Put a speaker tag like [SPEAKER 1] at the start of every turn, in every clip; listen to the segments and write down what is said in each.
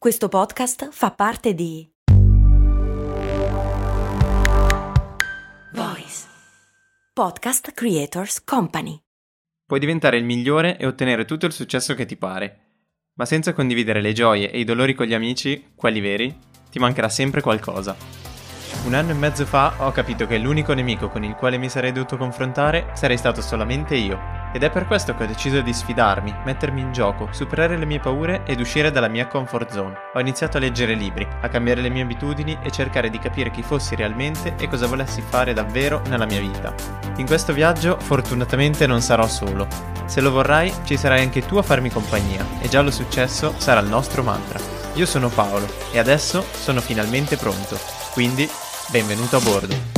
[SPEAKER 1] Questo podcast fa parte di Voice Podcast Creators Company.
[SPEAKER 2] Puoi diventare il migliore e ottenere tutto il successo che ti pare, ma senza condividere le gioie e i dolori con gli amici, quelli veri, ti mancherà sempre qualcosa. 1 anno e mezzo fa ho capito che l'unico nemico con il quale mi sarei dovuto confrontare sarei stato solamente io. Ed è per questo che ho deciso di sfidarmi, mettermi in gioco, superare le mie paure ed uscire dalla mia comfort zone. Ho iniziato a leggere libri, a cambiare le mie abitudini e cercare di capire chi fossi realmente e cosa volessi fare davvero nella mia vita. In questo viaggio fortunatamente non sarò solo. Se lo vorrai, ci sarai anche tu a farmi compagnia e già lo successo sarà il nostro mantra. Io sono Paolo e adesso sono finalmente pronto, quindi benvenuto a bordo.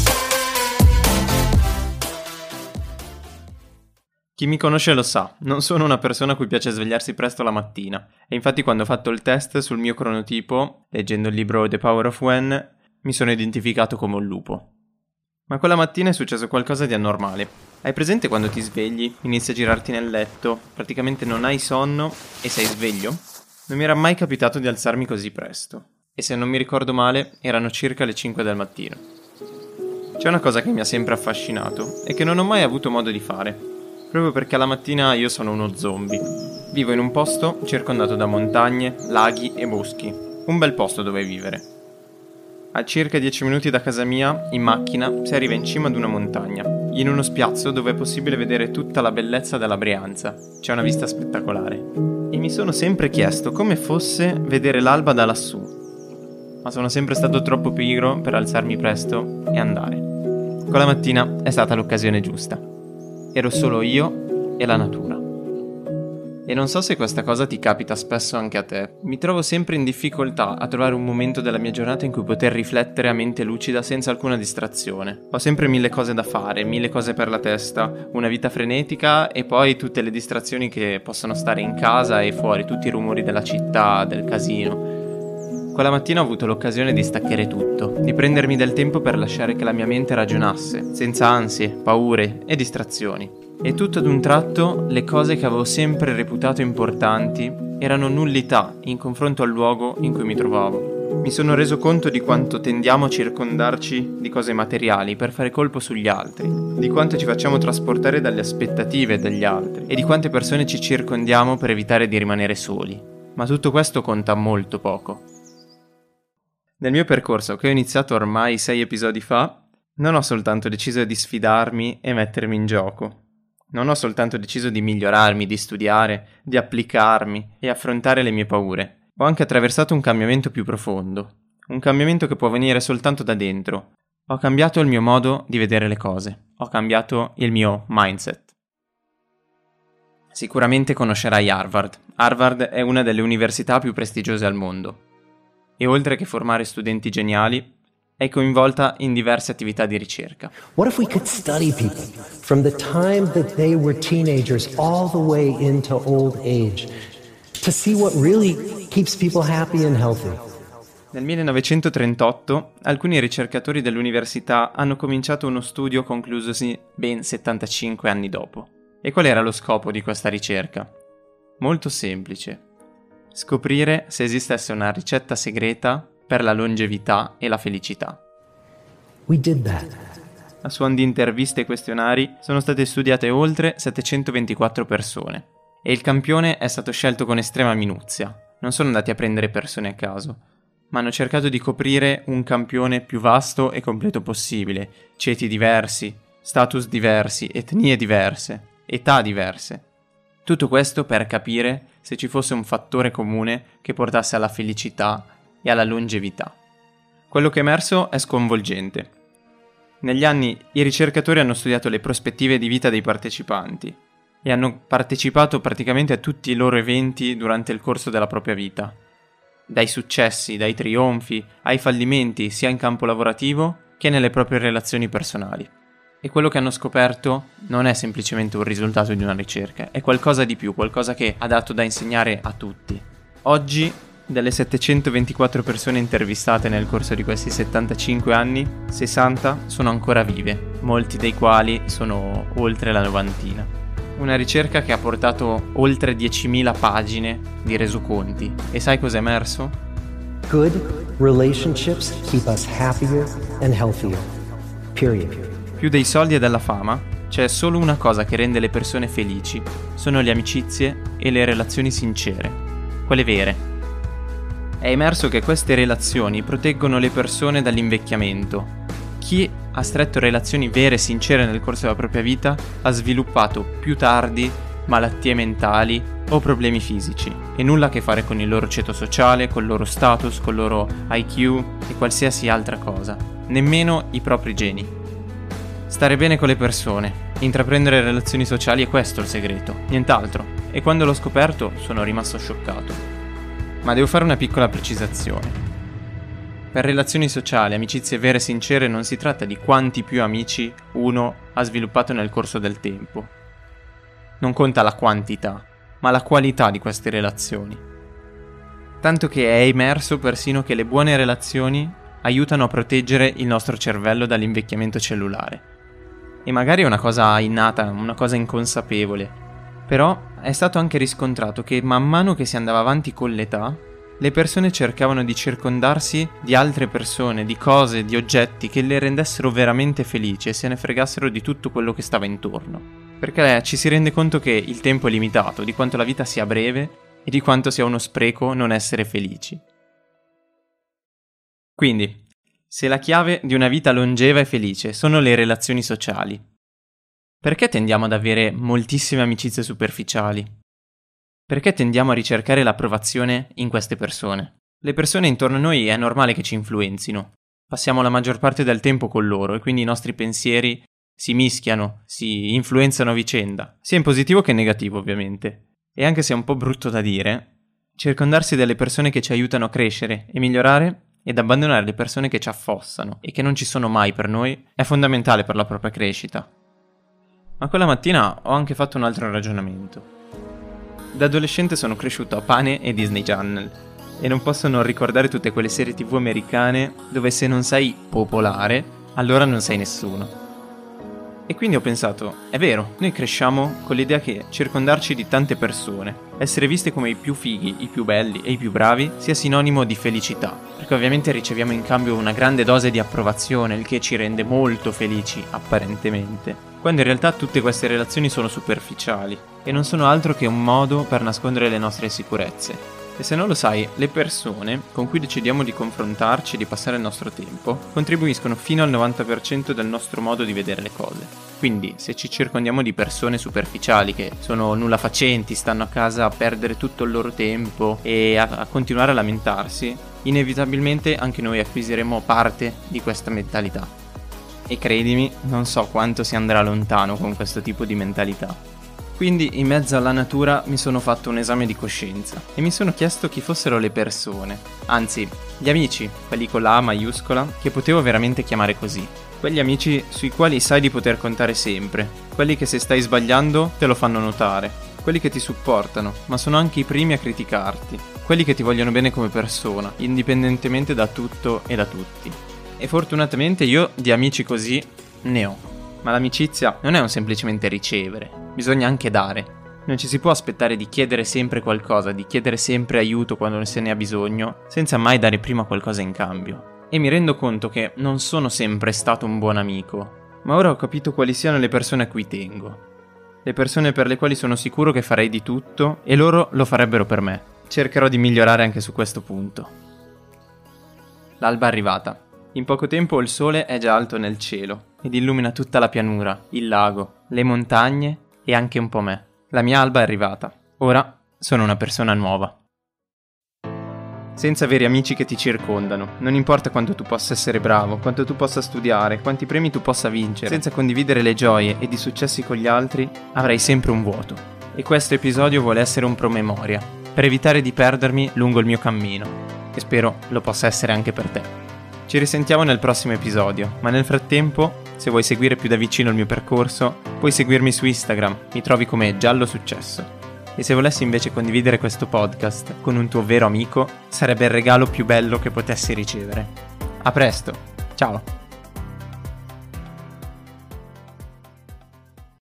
[SPEAKER 2] Chi mi conosce lo sa, non sono una persona a cui piace svegliarsi presto la mattina e infatti quando ho fatto il test sul mio cronotipo, leggendo il libro The Power of When, mi sono identificato come un lupo. Ma quella mattina è successo qualcosa di anormale. Hai presente quando ti svegli, inizi a girarti nel letto, praticamente non hai sonno e sei sveglio? Non mi era mai capitato di alzarmi così presto e se non mi ricordo male erano circa le 5 del mattino. C'è una cosa che mi ha sempre affascinato e che non ho mai avuto modo di fare. Proprio perché alla mattina io sono uno zombie. Vivo in un posto circondato da montagne, laghi e boschi. Un bel posto dove vivere. A circa 10 minuti da casa mia, in macchina, si arriva in cima ad una montagna, in uno spiazzo dove è possibile vedere tutta la bellezza della Brianza. C'è una vista spettacolare. E mi sono sempre chiesto come fosse vedere l'alba da lassù. Ma sono sempre stato troppo pigro per alzarmi presto e andare. Quella mattina è stata l'occasione giusta. Ero solo io e la natura. E non so se questa cosa ti capita spesso anche a te. Mi trovo sempre in difficoltà a trovare un momento della mia giornata in cui poter riflettere a mente lucida senza alcuna distrazione. Ho sempre 1000 cose da fare, 1000 cose per la testa, una vita frenetica e poi tutte le distrazioni che possono stare in casa e fuori, tutti i rumori della città, del casino. Quella mattina ho avuto l'occasione di staccare tutto, di prendermi del tempo per lasciare che la mia mente ragionasse, senza ansie, paure e distrazioni. E tutto ad un tratto, le cose che avevo sempre reputato importanti erano nullità in confronto al luogo in cui mi trovavo. Mi sono reso conto di quanto tendiamo a circondarci di cose materiali per fare colpo sugli altri, di quanto ci facciamo trasportare dalle aspettative degli altri e di quante persone ci circondiamo per evitare di rimanere soli. Ma tutto questo conta molto poco. Nel mio percorso, che ho iniziato ormai 6 episodi fa, non ho soltanto deciso di sfidarmi e mettermi in gioco. Non ho soltanto deciso di migliorarmi, di studiare, di applicarmi e affrontare le mie paure. Ho anche attraversato un cambiamento più profondo. Un cambiamento che può venire soltanto da dentro. Ho cambiato il mio modo di vedere le cose. Ho cambiato il mio mindset. Sicuramente conoscerai Harvard. Harvard è una delle università più prestigiose al mondo. E oltre che formare studenti geniali, è coinvolta in diverse attività di ricerca.
[SPEAKER 3] What if we could study people from the time that they were teenagers all the way into old age to see what really keeps people happy and healthy?
[SPEAKER 2] Nel 1938 alcuni ricercatori dell'università hanno cominciato uno studio conclusosi ben 75 anni dopo. E qual era lo scopo di questa ricerca? Molto semplice. Scoprire se esistesse una ricetta segreta per la longevità e la felicità.
[SPEAKER 3] We did that.
[SPEAKER 2] A suon di interviste e questionari sono state studiate oltre 724 persone e il campione è stato scelto con estrema minuzia. Non sono andati a prendere persone a caso, ma hanno cercato di coprire un campione più vasto e completo possibile, ceti diversi, status diversi, etnie diverse, età diverse. Tutto questo per capire se ci fosse un fattore comune che portasse alla felicità e alla longevità. Quello che è emerso è sconvolgente. Negli anni i ricercatori hanno studiato le prospettive di vita dei partecipanti e hanno partecipato praticamente a tutti i loro eventi durante il corso della propria vita. Dai successi, dai trionfi, ai fallimenti sia in campo lavorativo che nelle proprie relazioni personali. E quello che hanno scoperto non è semplicemente un risultato di una ricerca, è qualcosa di più, qualcosa che ha dato da insegnare a tutti. Oggi, delle 724 persone intervistate nel corso di questi 75 anni, 60 sono ancora vive, molti dei quali sono oltre la novantina. Una ricerca che ha portato oltre 10.000 pagine di resoconti. E sai cosa è emerso?
[SPEAKER 3] Good relationships keep us happier and healthier. Period.
[SPEAKER 2] Più dei soldi e della fama, c'è solo una cosa che rende le persone felici. Sono le amicizie e le relazioni sincere. Quelle vere. È emerso che queste relazioni proteggono le persone dall'invecchiamento. Chi ha stretto relazioni vere e sincere nel corso della propria vita ha sviluppato più tardi malattie mentali o problemi fisici e nulla a che fare con il loro ceto sociale, col loro status, col loro IQ e qualsiasi altra cosa, nemmeno i propri geni. Stare bene con le persone, intraprendere relazioni sociali è questo il segreto, nient'altro, e quando l'ho scoperto sono rimasto scioccato. Ma devo fare una piccola precisazione. Per relazioni sociali, amicizie vere e sincere non si tratta di quanti più amici uno ha sviluppato nel corso del tempo. Non conta la quantità, ma la qualità di queste relazioni. Tanto che è emerso persino che le buone relazioni aiutano a proteggere il nostro cervello dall'invecchiamento cellulare. E magari è una cosa innata, una cosa inconsapevole, però è stato anche riscontrato che man mano che si andava avanti con l'età, le persone cercavano di circondarsi di altre persone, di cose, di oggetti che le rendessero veramente felici e se ne fregassero di tutto quello che stava intorno. Perché ci si rende conto che il tempo è limitato, di quanto la vita sia breve e di quanto sia uno spreco non essere felici. Quindi, se la chiave di una vita longeva e felice sono le relazioni sociali, perché tendiamo ad avere moltissime amicizie superficiali? Perché tendiamo a ricercare l'approvazione in queste persone? Le persone intorno a noi è normale che ci influenzino. Passiamo la maggior parte del tempo con loro e quindi i nostri pensieri si mischiano, si influenzano a vicenda, sia in positivo che in negativo ovviamente. E anche se è un po' brutto da dire, circondarsi delle persone che ci aiutano a crescere e migliorare ed abbandonare le persone che ci affossano e che non ci sono mai per noi è fondamentale per la propria crescita. Ma quella mattina ho anche fatto un altro ragionamento. Da adolescente sono cresciuto a pane e Disney Channel e non posso non ricordare tutte quelle serie TV americane dove se non sei popolare, allora non sei nessuno. E quindi ho pensato, è vero, noi cresciamo con l'idea che circondarci di tante persone, essere visti come i più fighi, i più belli e i più bravi sia sinonimo di felicità, perché ovviamente riceviamo in cambio una grande dose di approvazione, il che ci rende molto felici, apparentemente, quando in realtà tutte queste relazioni sono superficiali e non sono altro che un modo per nascondere le nostre insicurezze. E se non lo sai, le persone con cui decidiamo di confrontarci e di passare il nostro tempo contribuiscono fino al 90% del nostro modo di vedere le cose. Quindi, se ci circondiamo di persone superficiali che sono nulla facenti, stanno a casa a perdere tutto il loro tempo e a continuare a lamentarsi, inevitabilmente anche noi acquisiremo parte di questa mentalità. E credimi, non so quanto si andrà lontano con questo tipo di mentalità. Quindi in mezzo alla natura mi sono fatto un esame di coscienza e mi sono chiesto chi fossero le persone, anzi gli amici, quelli con la A maiuscola, che potevo veramente chiamare così. Quegli amici sui quali sai di poter contare sempre, quelli che se stai sbagliando te lo fanno notare, quelli che ti supportano, ma sono anche i primi a criticarti, quelli che ti vogliono bene come persona, indipendentemente da tutto e da tutti. E fortunatamente io di amici così ne ho. Ma l'amicizia non è un semplicemente ricevere, bisogna anche dare. Non ci si può aspettare di chiedere sempre qualcosa, di chiedere sempre aiuto quando se ne ha bisogno, senza mai dare prima qualcosa in cambio. E mi rendo conto che non sono sempre stato un buon amico, ma ora ho capito quali siano le persone a cui tengo. Le persone per le quali sono sicuro che farei di tutto e loro lo farebbero per me. Cercherò di migliorare anche su questo punto. L'alba è arrivata. In poco tempo il sole è già alto nel cielo ed illumina tutta la pianura, il lago, le montagne e anche un po' me. La mia alba è arrivata. Ora sono una persona nuova. Senza veri amici che ti circondano, non importa quanto tu possa essere bravo, quanto tu possa studiare, quanti premi tu possa vincere, senza condividere le gioie ed i successi con gli altri, avrai sempre un vuoto. E questo episodio vuole essere un promemoria, per evitare di perdermi lungo il mio cammino. E spero lo possa essere anche per te. Ci risentiamo nel prossimo episodio, ma nel frattempo, se vuoi seguire più da vicino il mio percorso, puoi seguirmi su Instagram, mi trovi come Giallo Successo. E se volessi invece condividere questo podcast con un tuo vero amico, sarebbe il regalo più bello che potessi ricevere. A presto, ciao!